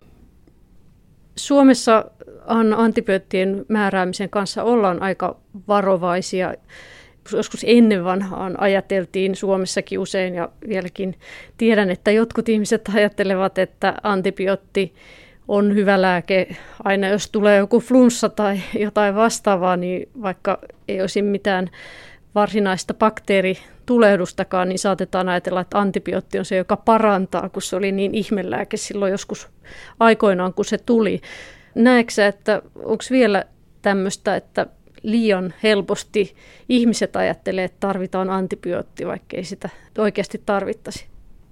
Suomessa antibioottien määräämisen kanssa ollaan aika varovaisia. Joskus ennen vanhaan ajateltiin Suomessakin usein ja vieläkin tiedän, että jotkut ihmiset ajattelevat, että antibiootti on hyvä lääke. Aina jos tulee joku flunssa tai jotain vastaavaa, niin vaikka ei olisi mitään varsinaista bakteeritulehdustakaan, niin saatetaan ajatella, että antibiootti on se, joka parantaa, kun se oli niin ihmelääke silloin joskus aikoinaan, kun se tuli. Näetkö sä, että onko vielä tämmöistä, että liian helposti ihmiset ajattelee, että tarvitaan antibiootti, vaikka ei sitä oikeasti tarvittaisi?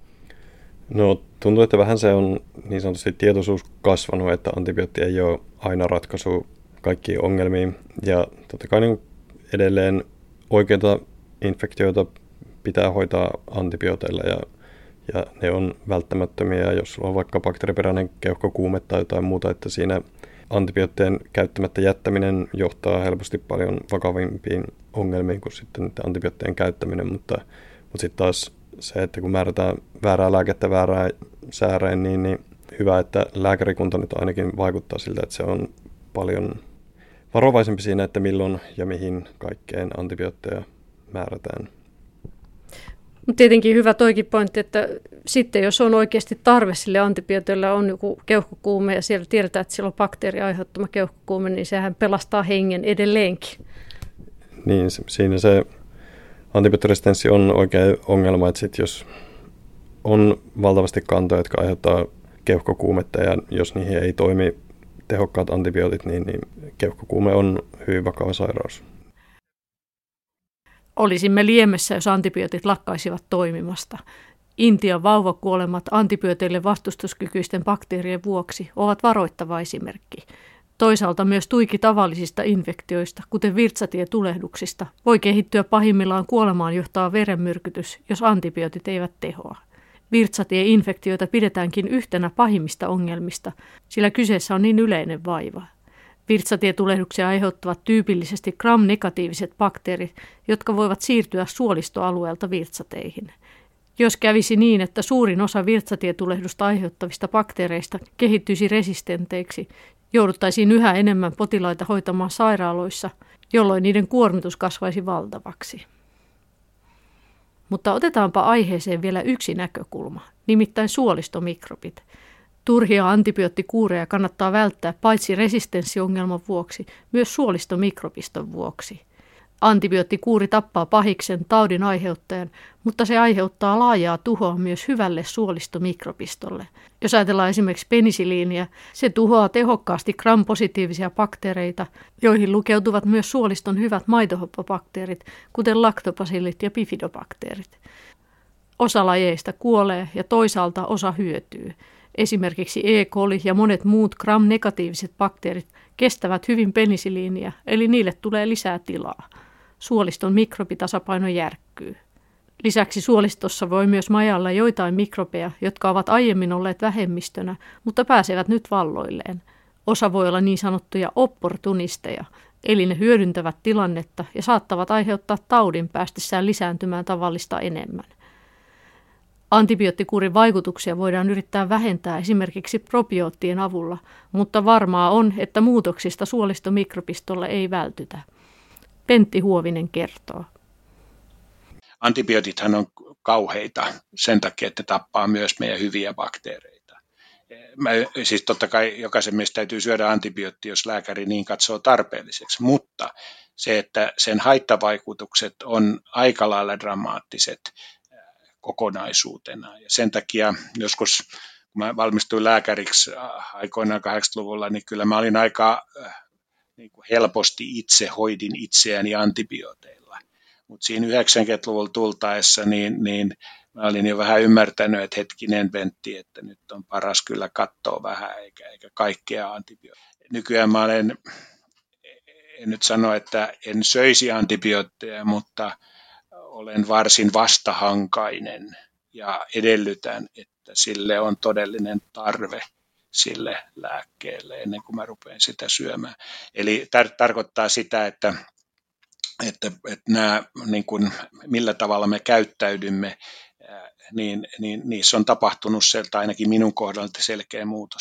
No tuntuu, että vähän se on niin sanotusti tietoisuus kasvanut, että antibiootti ei ole aina ratkaisu kaikkiin ongelmiin. Ja totta kai niin edelleen oikeita infektioita pitää hoitaa antibiooteilla ja, ja ne on välttämättömiä, jos sulla on vaikka bakteeriperäinen keuhkokuume tai jotain muuta, että siinä antibioottien käyttämättä jättäminen johtaa helposti paljon vakavimpiin ongelmiin kuin sitten antibioottien käyttäminen, mutta, mutta sitten taas se, että kun määrätään väärää lääkettä väärään sääreen, niin, niin hyvä, että lääkärikunta nyt ainakin vaikuttaa siltä, että se on paljon varovaisempi siinä, että milloin ja mihin kaikkeen antibiootteja määrätään.
Tietenkin hyvä toikin pointti, että sitten jos on oikeasti tarve sille antibiootille, on joku keuhkokuume ja siellä tiedetään, että siellä on bakteeri aiheuttama keuhkokuume, niin sehän pelastaa hengen edelleenkin.
Niin, siinä se antibioottiresistenssi on oikein ongelma, että sit jos on valtavasti kantoja, jotka aiheuttaa keuhkokuumetta ja jos niihin ei toimi tehokkaat antibiootit, niin, niin keuhkokuume on hyvin vakava sairaus.
Olisimme liemessä, jos antibiootit lakkaisivat toimimasta. Intian vauvakuolemat antibiooteille vastustuskykyisten bakteerien vuoksi ovat varoittava esimerkki. Toisaalta myös tuiki tavallisista infektioista, kuten virtsatietulehduksista, voi kehittyä pahimmillaan kuolemaan johtava verenmyrkytys, jos antibiootit eivät tehoa. Virtsatieinfektioita pidetäänkin yhtenä pahimmista ongelmista, sillä kyseessä on niin yleinen vaiva. Virtsatietulehduksia aiheuttavat tyypillisesti gram-negatiiviset bakteerit, jotka voivat siirtyä suolistoalueelta virtsateihin. Jos kävisi niin, että suurin osa virtsatietulehdusta aiheuttavista bakteereista kehittyisi resistenteiksi, jouduttaisiin yhä enemmän potilaita hoitamaan sairaaloissa, jolloin niiden kuormitus kasvaisi valtavaksi. Mutta otetaanpa aiheeseen vielä yksi näkökulma, nimittäin suolistomikrobit. Turhia antibioottikuureja kannattaa välttää paitsi resistenssiongelman vuoksi, myös suolistomikropiston vuoksi. Antibioottikuuri tappaa pahiksen taudin aiheuttajan, mutta se aiheuttaa laajaa tuhoa myös hyvälle suolistomikrobistolle. Jos ajatellaan esimerkiksi penisiliiniä, se tuhoaa tehokkaasti gram-positiivisia bakteereita, joihin lukeutuvat myös suoliston hyvät maitohoppabakteerit, kuten laktobasillit ja bifidobakteerit. Osa lajeista kuolee ja toisaalta osa hyötyy. Esimerkiksi E. coli ja monet muut gram-negatiiviset bakteerit kestävät hyvin penisiliiniä, eli niille tulee lisää tilaa. Suoliston mikrobitasapaino järkkyy. Lisäksi suolistossa voi myös majalla joitain mikrobeja, jotka ovat aiemmin olleet vähemmistönä, mutta pääsevät nyt valloilleen. Osa voi olla niin sanottuja opportunisteja, eli ne hyödyntävät tilannetta ja saattavat aiheuttaa taudin päästessään lisääntymään tavallista enemmän. Antibioottikuurin vaikutuksia voidaan yrittää vähentää esimerkiksi probioottien avulla, mutta varmaa on, että muutoksista suolistomikrobistolle ei vältytä. Pentti Huovinen kertoo.
Antibiootithan on kauheita sen takia, että tappaa myös meidän hyviä bakteereita. Mä, siis totta kai jokaisen meistä täytyy syödä antibiootti, jos lääkäri niin katsoo tarpeelliseksi, mutta se, että sen haittavaikutukset on aika lailla dramaattiset kokonaisuutena. Ja sen takia joskus, kun mä valmistuin lääkäriksi aikoinaan kahdeksankymmentäluvulla, niin kyllä mä olin aika niin kuin helposti itse hoidin itseäni antibiooteilla. Mutta siinä yhdeksänkymmentäluvulla tultaessa, niin, niin mä olin jo vähän ymmärtänyt, että hetkinen Pentti, että nyt on paras kyllä katsoa vähän, eikä, eikä kaikkea antibiootteja. Nykyään mä olen, en nyt sano, että en söisi antibiootteja, mutta olen varsin vastahankainen ja edellytän, että sille on todellinen tarve sille lääkkeelle ennen kuin mä rupean sitä syömään. Eli tar- tarkoittaa sitä, että, että, että nämä, niin kuin, millä tavalla me käyttäydymme, niin, niin niissä on tapahtunut sieltä ainakin minun kohdalta selkeä muutos.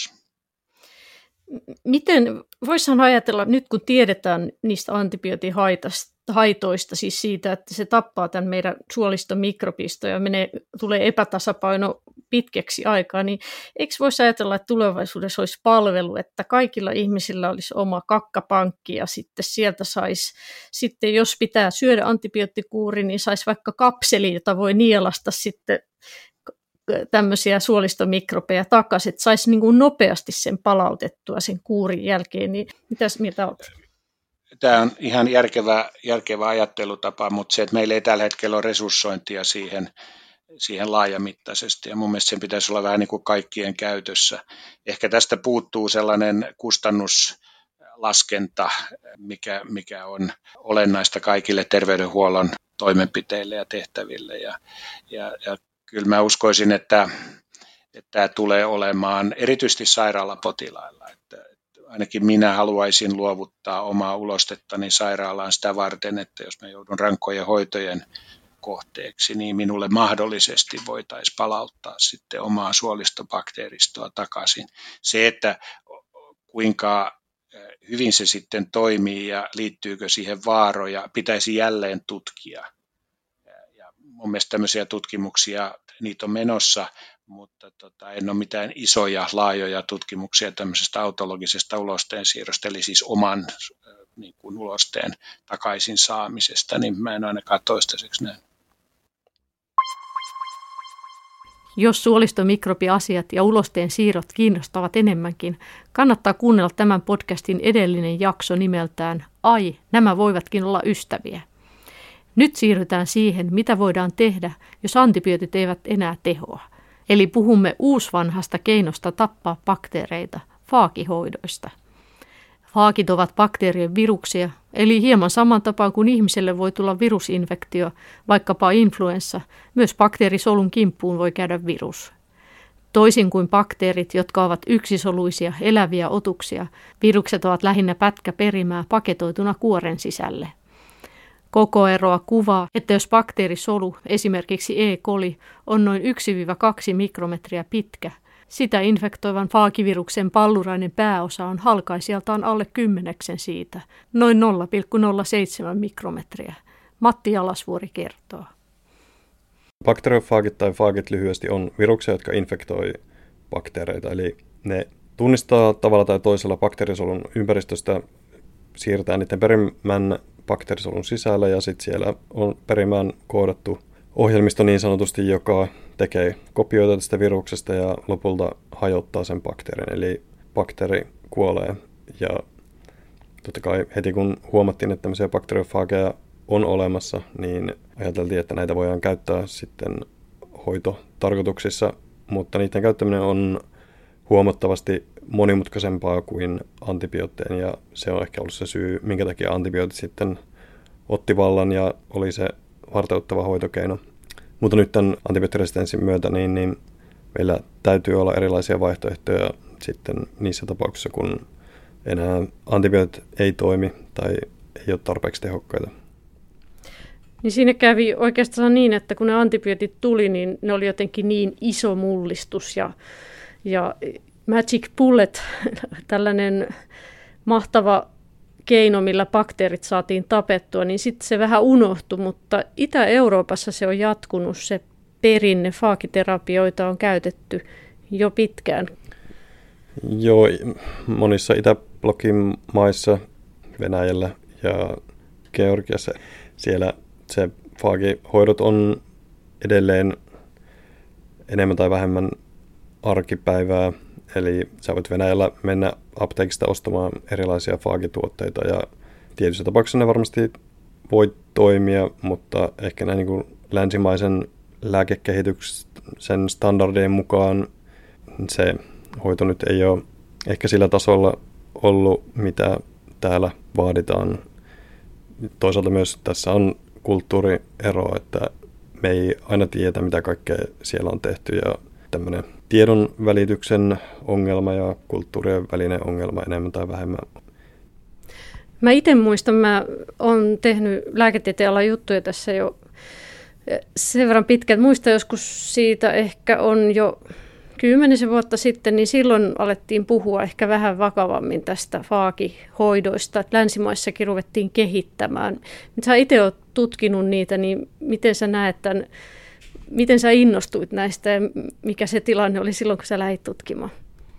Miten voisihan ajatella, nyt kun tiedetään niistä antibiootin haitoista, siis siitä, että se tappaa tämän meidän suolistomikrobistoa ja menee, tulee epätasapaino pitkäksi aikaa, niin eikö voisi ajatella, että tulevaisuudessa olisi palvelu, että kaikilla ihmisillä olisi oma kakkapankki ja sitten sieltä saisi, sitten jos pitää syödä antibioottikuuri, niin saisi vaikka kapseli, jota voi nielasta sitten tämmöisiä suolistomikrobeja takaisin, että saisi niin kuin nopeasti sen palautettua sen kuurin jälkeen, niin mitäs mieltä olet?
Tämä on ihan järkevä, järkevä ajattelutapa, mutta se, että meillä ei tällä hetkellä ole resurssointia siihen, siihen laajamittaisesti, ja mun mielestä sen pitäisi olla vähän niin kuin kaikkien käytössä. Ehkä tästä puuttuu sellainen kustannuslaskenta, mikä, mikä on olennaista kaikille terveydenhuollon toimenpiteille ja tehtäville, ja, ja, ja kyllä mä uskoisin, että, että tämä tulee olemaan erityisesti sairaalapotilailla. Että, että ainakin minä haluaisin luovuttaa omaa ulostettani sairaalaan sitä varten, että jos mä joudun rankkojen hoitojen kohteeksi, niin minulle mahdollisesti voitaisiin palauttaa sitten omaa suolistobakteeristoa takaisin. Se, että kuinka hyvin se sitten toimii ja liittyykö siihen vaaroja, pitäisi jälleen tutkia. mun mielestä tämmöisiä tutkimuksia, niitä on menossa, mutta tota, en ole mitään isoja, laajoja tutkimuksia tämmöisestä autologisesta ulosteen siirrosta, eli siis oman niin kuin ulosteen takaisin saamisesta, niin mä en ainakaan toistaiseksi näe.
Jos suolistomikrobiasiat ja ulosteen siirrot kiinnostavat enemmänkin, kannattaa kuunnella tämän podcastin edellinen jakso nimeltään Ai, nämä voivatkin olla ystäviä. Nyt siirrytään siihen, mitä voidaan tehdä, jos antibiootit eivät enää tehoa. Eli puhumme uusvanhasta keinosta tappaa bakteereita, faakihoidoista. Faakit ovat bakteerien viruksia, eli hieman saman tapaan kuin ihmiselle voi tulla virusinfektio, vaikkapa influenssa, myös bakteerisolun kimppuun voi käydä virus. Toisin kuin bakteerit, jotka ovat yksisoluisia, eläviä otuksia, virukset ovat lähinnä pätkäperimää paketoituna kuoren sisälle. Koko eroa kuvaa, että jos bakteerisolu, esimerkiksi E. coli, on noin yksi kaksi mikrometriä pitkä, sitä infektoivan faakiviruksen pallurainen pääosa on halkaisijaltaan alle kymmeneksen siitä, noin nolla pilkku nolla seitsemän mikrometriä. Matti Jalasvuori kertoo.
Bakteriofaagit tai faagit lyhyesti on viruksia, jotka infektoi bakteereita. Eli ne tunnistaa tavalla tai toisella bakteerisolun ympäristöstä, siirtää niiden perimän bakteerisolun sisällä ja sitten siellä on perimään koodattu ohjelmisto niin sanotusti, joka tekee kopioita tästä viruksesta ja lopulta hajottaa sen bakteerin. Eli bakteeri kuolee ja totta kai heti kun huomattiin, että tämmöisiä bakteriofaageja on olemassa, niin ajateltiin, että näitä voidaan käyttää sitten hoitotarkoituksissa, mutta niiden käyttäminen on huomattavasti monimutkaisempaa kuin antibiootteja ja se on ehkä ollut se syy, minkä takia antibiootit sitten otti vallan ja oli se varteuttava hoitokeino. Mutta nyt tämän antibioottiresistenssin myötä niin, niin meillä täytyy olla erilaisia vaihtoehtoja sitten niissä tapauksissa, kun enää antibiootit ei toimi tai ei ole tarpeeksi tehokkaita.
Niin siinä kävi oikeastaan niin, että kun ne antibiootit tuli, niin ne oli jotenkin niin iso mullistus ja, ja magic bullet, tällainen mahtava keino, millä bakteerit saatiin tapettua, niin sitten se vähän unohtui, mutta Itä-Euroopassa se on jatkunut se perinne, faagiterapioita on käytetty jo pitkään.
Joo, monissa Itäblokin maissa, Venäjällä ja Georgiassa, siellä se faagihoidot on edelleen enemmän tai vähemmän arkipäivää. Eli sä voit Venäjällä mennä apteekista ostamaan erilaisia faagituotteita ja tietyissä tapauksissa ne varmasti voi toimia, mutta ehkä näin niin kuin länsimaisen lääkekehityksen standardien mukaan se hoito nyt ei ole ehkä sillä tasolla ollut, mitä täällä vaaditaan. Toisaalta myös tässä on kulttuuriero, että me ei aina tiedä, mitä kaikkea siellä on tehty ja tämmöinen tiedon välityksen ongelma ja kulttuurien välinen ongelma enemmän tai vähemmän.
Mä itse muistan, mä oon tehnyt lääketieteen alan juttuja tässä jo sen verran pitkään. Muistan joskus siitä ehkä on jo kymmenisen vuotta sitten, niin silloin alettiin puhua ehkä vähän vakavammin tästä faagihoidoista. Länsimaissakin ruvettiin kehittämään. Nyt sä itse oot tutkinut niitä, niin miten sä näet tämän? Miten sä innostuit näistä ja mikä se tilanne oli silloin, kun sä lähdit tutkimaan?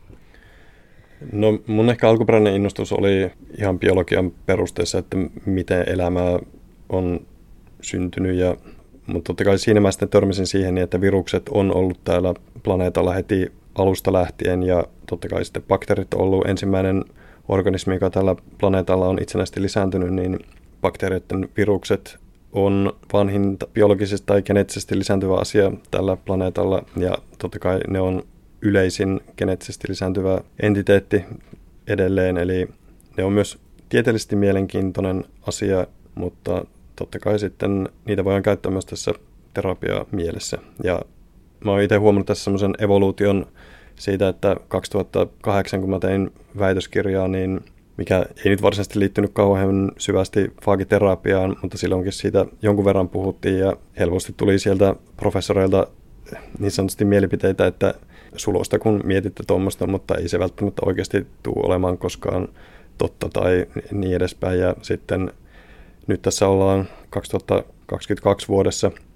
No mun ehkä alkuperäinen innostus oli ihan biologian perusteessa, että miten elämää on syntynyt. Ja, mutta totta kai siinä mä sitten törmäsin siihen, että virukset on ollut täällä planeetalla heti alusta lähtien. Ja totta kai sitten bakteerit on ollut ensimmäinen organismi, joka tällä planeetalla on itsenäisesti lisääntynyt, niin bakteereiden virukset on vanhin biologisesti tai geneettisesti lisääntyvä asia tällä planeetalla ja totta kai ne on yleisin geneettisesti lisääntyvä entiteetti edelleen, eli ne on myös tieteellisesti mielenkiintoinen asia, mutta totta kai sitten niitä voidaan käyttää myös tässä terapia-mielessä. Ja mä oon itse huomannut tässä semmoisen evoluution siitä, että kaksituhattakahdeksan, kun mä tein väitöskirjaa, niin mikä ei nyt varsinaisesti liittynyt kauhean syvästi faagiterapiaan, mutta silloinkin siitä jonkun verran puhuttiin ja helposti tuli sieltä professoreilta niin sanotusti mielipiteitä, että sulosta kun mietitte tuommoista, mutta ei se välttämättä oikeasti tule olemaan koskaan totta tai niin edespäin. Ja sitten nyt tässä ollaan kaksituhattakaksikymmentäkaksi vuodessa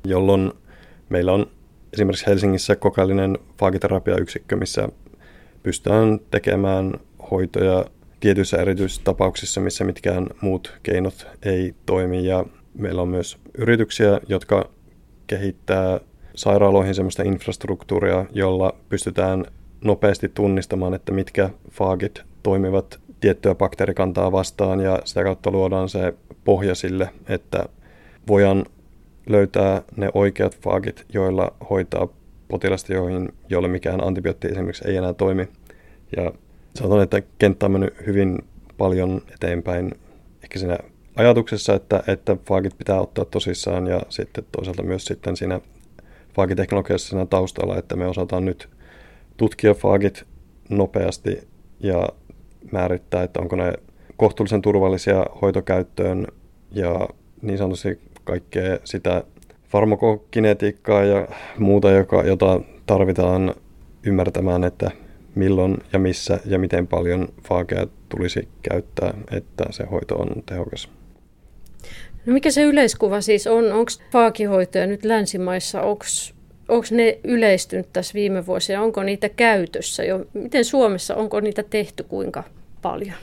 jolloin meillä on esimerkiksi Helsingissä kokeellinen faagiterapiayksikkö, missä pystytään tekemään hoitoja tietyissä erityistapauksissa, missä mitkään muut keinot ei toimi. Ja meillä on myös yrityksiä, jotka kehittää sairaaloihin sellaista infrastruktuuria, jolla pystytään nopeasti tunnistamaan, että mitkä faagit toimivat tiettyä bakteerikantaa vastaan, ja sitä kautta luodaan se pohja sille, että voidaan löytää ne oikeat faagit, joilla hoitaa potilasta, joihin, joille mikään antibiootti esimerkiksi ei enää toimi. Ja sanotaan, että kenttä on mennyt hyvin paljon eteenpäin ehkä siinä ajatuksessa, että, että faagit pitää ottaa tosissaan, ja sitten toisaalta myös sitten siinä faagiteknologiassa siinä taustalla, että me osataan nyt tutkia faagit nopeasti ja määrittää, että onko ne kohtuullisen turvallisia hoitokäyttöön ja niin sanotusti kaikkea sitä farmakokinetiikkaa ja muuta, joka, jota tarvitaan ymmärtämään, että milloin ja missä ja miten paljon faageja tulisi käyttää, että se hoito on tehokas.
No mikä se yleiskuva siis on? Onko faagihoitoja nyt länsimaissa, onko ne yleistynyt tässä viime vuosina? Onko niitä käytössä jo? Miten Suomessa, onko niitä tehty kuinka paljon?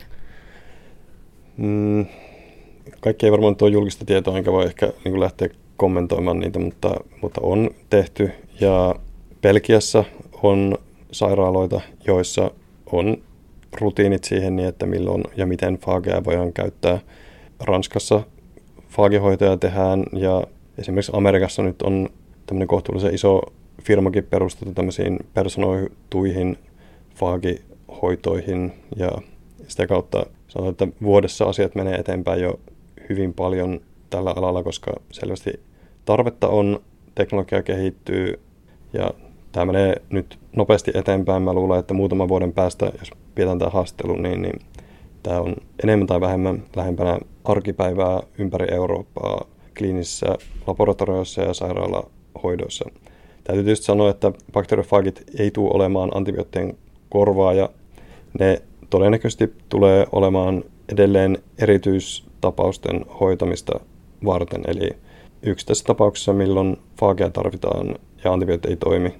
Mm, kaikki ei varmaan tuo julkista tietoa, enkä voi ehkä niin kuin lähteä kommentoimaan niitä, mutta, mutta on tehty. Ja Belgiassa on sairaaloita, joissa on rutiinit siihen niin, että milloin ja miten faageja voidaan käyttää. Ranskassa faagihoitoja tehdään, ja esimerkiksi Amerikassa nyt on tämmöinen kohtuullisen iso firmakin perustettu tämmöisiin personoituihin faagihoitoihin, ja sitä kautta sanotaan, että vuodessa asiat menee eteenpäin jo hyvin paljon tällä alalla, koska selvästi tarvetta on, teknologia kehittyy, ja tämä menee nyt nopeasti eteenpäin. Mä luulen, että muutaman vuoden päästä, jos pidetään tämä haastelu, niin, niin tämä on enemmän tai vähemmän lähempänä arkipäivää ympäri Eurooppaa kliinisissä laboratorioissa ja sairaalahoidoissa. Täytyy tietysti sanoa, että bakteriofaagit ei tule olemaan antibioottien korvaaja. Ne todennäköisesti tulee olemaan edelleen erityistapausten hoitamista varten, eli yksittäisissä tapauksissa, milloin faagia tarvitaan ja antibiootti ei toimi.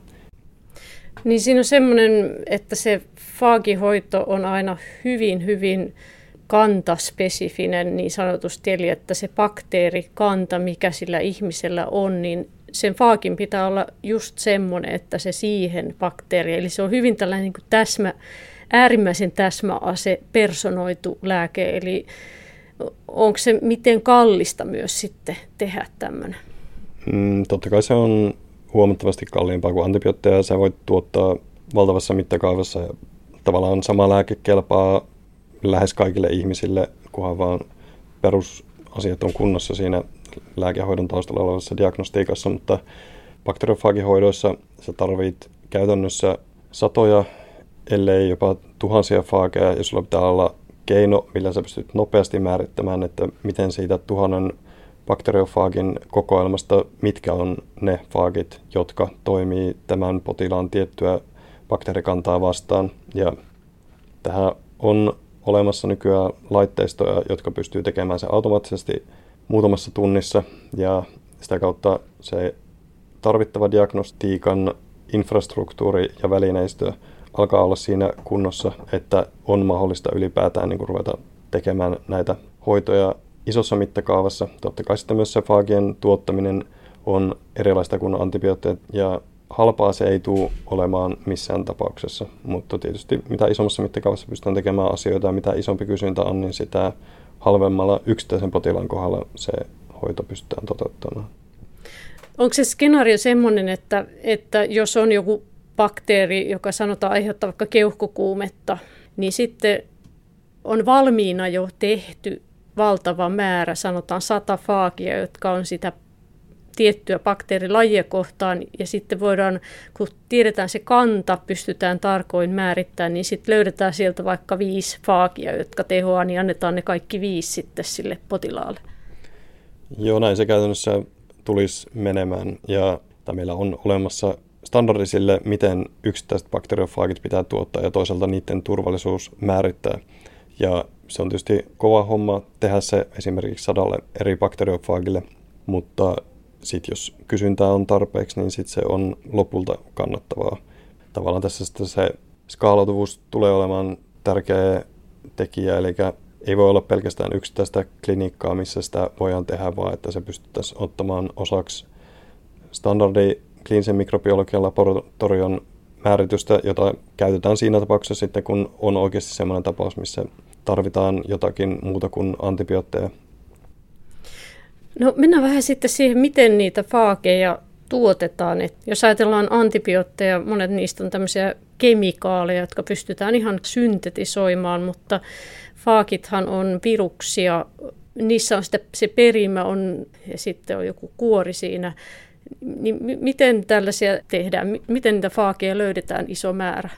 Niin siinä on semmoinen, että se faagihoito on aina hyvin, hyvin kantaspesifinen niin sanotusti, eli että se bakteerikanta, mikä sillä ihmisellä on, niin sen faagin pitää olla just semmoinen, että se siihen bakteeriin, eli se on hyvin tällainen niin kuin täsmä, äärimmäisen täsmäase, personoitu lääke, eli onko se miten kallista myös sitten tehdä tämmöinen?
Mm, totta kai se on huomattavasti kalliimpaa kuin antibiootteja. Sä voit tuottaa valtavassa mittakaavassa ja tavallaan sama lääke kelpaa lähes kaikille ihmisille, kunhan vaan perusasiat on kunnossa siinä lääkehoidon taustalla olevassa diagnostiikassa, mutta bakteriofaagihoidoissa sä tarvit käytännössä satoja, ellei jopa tuhansia faageja, ja sulla pitää olla keino, millä sä pystyt nopeasti määrittämään, että miten siitä tuhannen bakteriofaagin kokoelmasta, mitkä on ne faagit, jotka toimii tämän potilaan tiettyä bakteerikantaa vastaan. Ja tähän on olemassa nykyään laitteistoja, jotka pystyy tekemään se automaattisesti muutamassa tunnissa, ja sitä kautta se tarvittava diagnostiikan infrastruktuuri ja välineistö alkaa olla siinä kunnossa, että on mahdollista ylipäätään niin kuin ruveta tekemään näitä hoitoja isossa mittakaavassa. Totta kai sitten myös se faagien tuottaminen on erilaista kuin antibiootteet, ja halpaa se ei tule olemaan missään tapauksessa, mutta tietysti mitä isommassa mittakaavassa pystytään tekemään asioita ja mitä isompi kysyntä on, niin sitä halvemmalla yksittäisen potilaan kohdalla se hoito pystytään toteuttamaan.
Onko se skenaario semmoinen, että, että jos on joku bakteeri, joka sanotaan aiheuttaa vaikka keuhkokuumetta, niin sitten on valmiina jo tehty valtava määrä, sanotaan sata faagia, jotka on sitä tiettyä bakteerilajia kohtaan, ja sitten voidaan, kun tiedetään se kanta, pystytään tarkoin määrittämään, niin sitten löydetään sieltä vaikka viisi faagia, jotka tehoaa, niin annetaan ne kaikki viisi sitten sille potilaalle.
Joo, näin se käytännössä tulisi menemään, ja meillä on olemassa standardi sille, miten yksittäiset bakteriofaagit pitää tuottaa, ja toisaalta niiden turvallisuus määrittää. Ja se on tietysti kova homma tehdä se esimerkiksi sadalle eri bakteriofaagille, mutta sitten jos kysyntää on tarpeeksi, niin sitten se on lopulta kannattavaa. Tavallaan tässä se skaalautuvuus tulee olemaan tärkeä tekijä, eli ei voi olla pelkästään yksittäistä klinikkaa, missä sitä voidaan tehdä, vaan että se pystyttäisiin ottamaan osaksi standardi kliinisen mikrobiologian laboratorion määritystä, jota käytetään siinä tapauksessa sitten, kun on oikeasti sellainen tapaus, missä tarvitaan jotakin muuta kuin antibiootteja.
No mennään vähän sitten siihen, miten niitä faageja tuotetaan. Et jos ajatellaan antibiootteja, monet niistä on tämmöisiä kemikaaleja, jotka pystytään ihan syntetisoimaan, mutta faagithan on viruksia. Niissä on sitä, se perimä on ja sitten on joku kuori siinä. Niin m- miten tällaisia tehdään? M- miten niitä faageja löydetään iso määrä?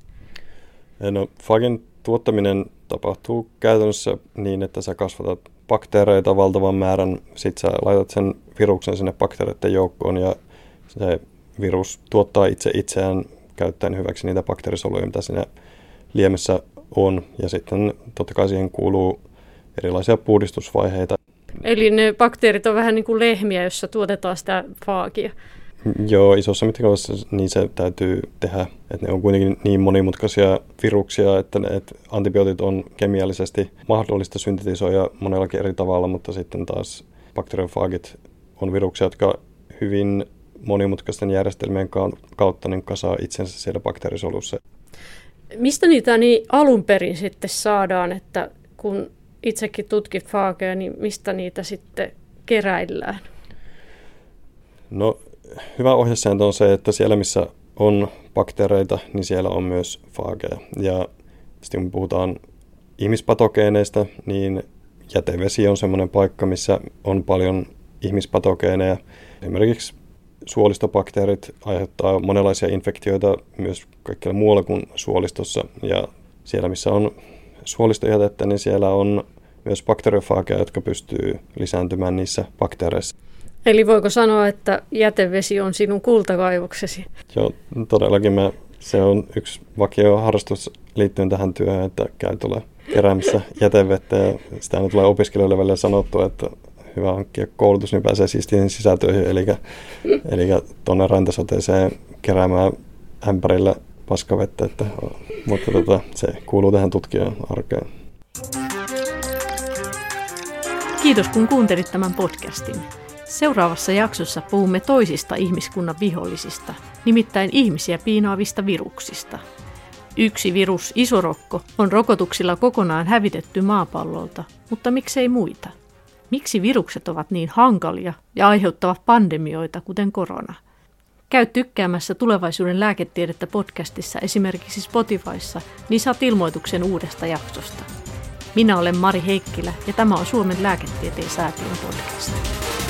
No, faagin tuottaminen tapahtuu käytännössä niin, että sä kasvatat bakteereita valtavan määrän, sitten sä laitat sen viruksen sinne bakteereiden joukkoon ja se virus tuottaa itse itseään käyttäen hyväksi niitä bakteerisoluja, mitä siinä liemessä on. Ja sitten totta kai siihen kuuluu erilaisia puhdistusvaiheita.
Eli ne bakteerit on vähän niin kuin lehmiä, jossa tuotetaan sitä faagia.
Joo, isossa mittakoossa niin se täytyy tehdä, että ne on kuitenkin niin monimutkaisia viruksia, että, ne, että antibiootit on kemiallisesti mahdollista syntetisoida monellakin eri tavalla, mutta sitten taas bakteriofaagit on viruksia, jotka hyvin monimutkaisten järjestelmien kautta niin kasaa itsensä siellä bakteerisolussa.
Mistä niitä niin alun perin sitten saadaan, että kun itsekin tutkit faageja, niin mistä niitä sitten keräillään?
No, hyvä ohjesääntö on se, että siellä missä on bakteereita, niin siellä on myös faageja. Ja sitten kun puhutaan ihmispatogeeneista, niin jätevesi on semmoinen paikka, missä on paljon ihmispatogeeneja. Esimerkiksi suolistobakteerit aiheuttaa monenlaisia infektioita myös kaikkialla muualla kuin suolistossa. Ja siellä missä on suolistojätettä, niin siellä on myös bakteriofaageja, jotka pystyy lisääntymään niissä bakteereissa.
Eli voiko sanoa, että jätevesi on sinun kultakaivoksesi?
Joo, todellakin mä, se on yksi vakio harrastus liittyen tähän työhön, että käy tuolla keräämässä jätevettä ja sitä aina tulee opiskelijoille välillä sanottua, että hyvä hankkia koulutus, niin pääsee siistiin sisätöihin, eli, eli tuonne rantasateeseen keräämään ämpärillä paskavettä, että, mutta tota, se kuuluu tähän tutkijan arkeen.
Kiitos kun kuuntelit tämän podcastin. Seuraavassa jaksossa puhumme toisista ihmiskunnan vihollisista, nimittäin ihmisiä piinaavista viruksista. Yksi virus, isorokko, on rokotuksilla kokonaan hävitetty maapallolta, mutta miksei muita? Miksi virukset ovat niin hankalia ja aiheuttavat pandemioita, kuten korona? Käy tykkäämässä Tulevaisuuden lääketiedettä podcastissa esimerkiksi Spotifyssa, niin saat ilmoituksen uudesta jaksosta. Minä olen Mari Heikkilä ja tämä on Suomen lääketieteen säätiön podcast.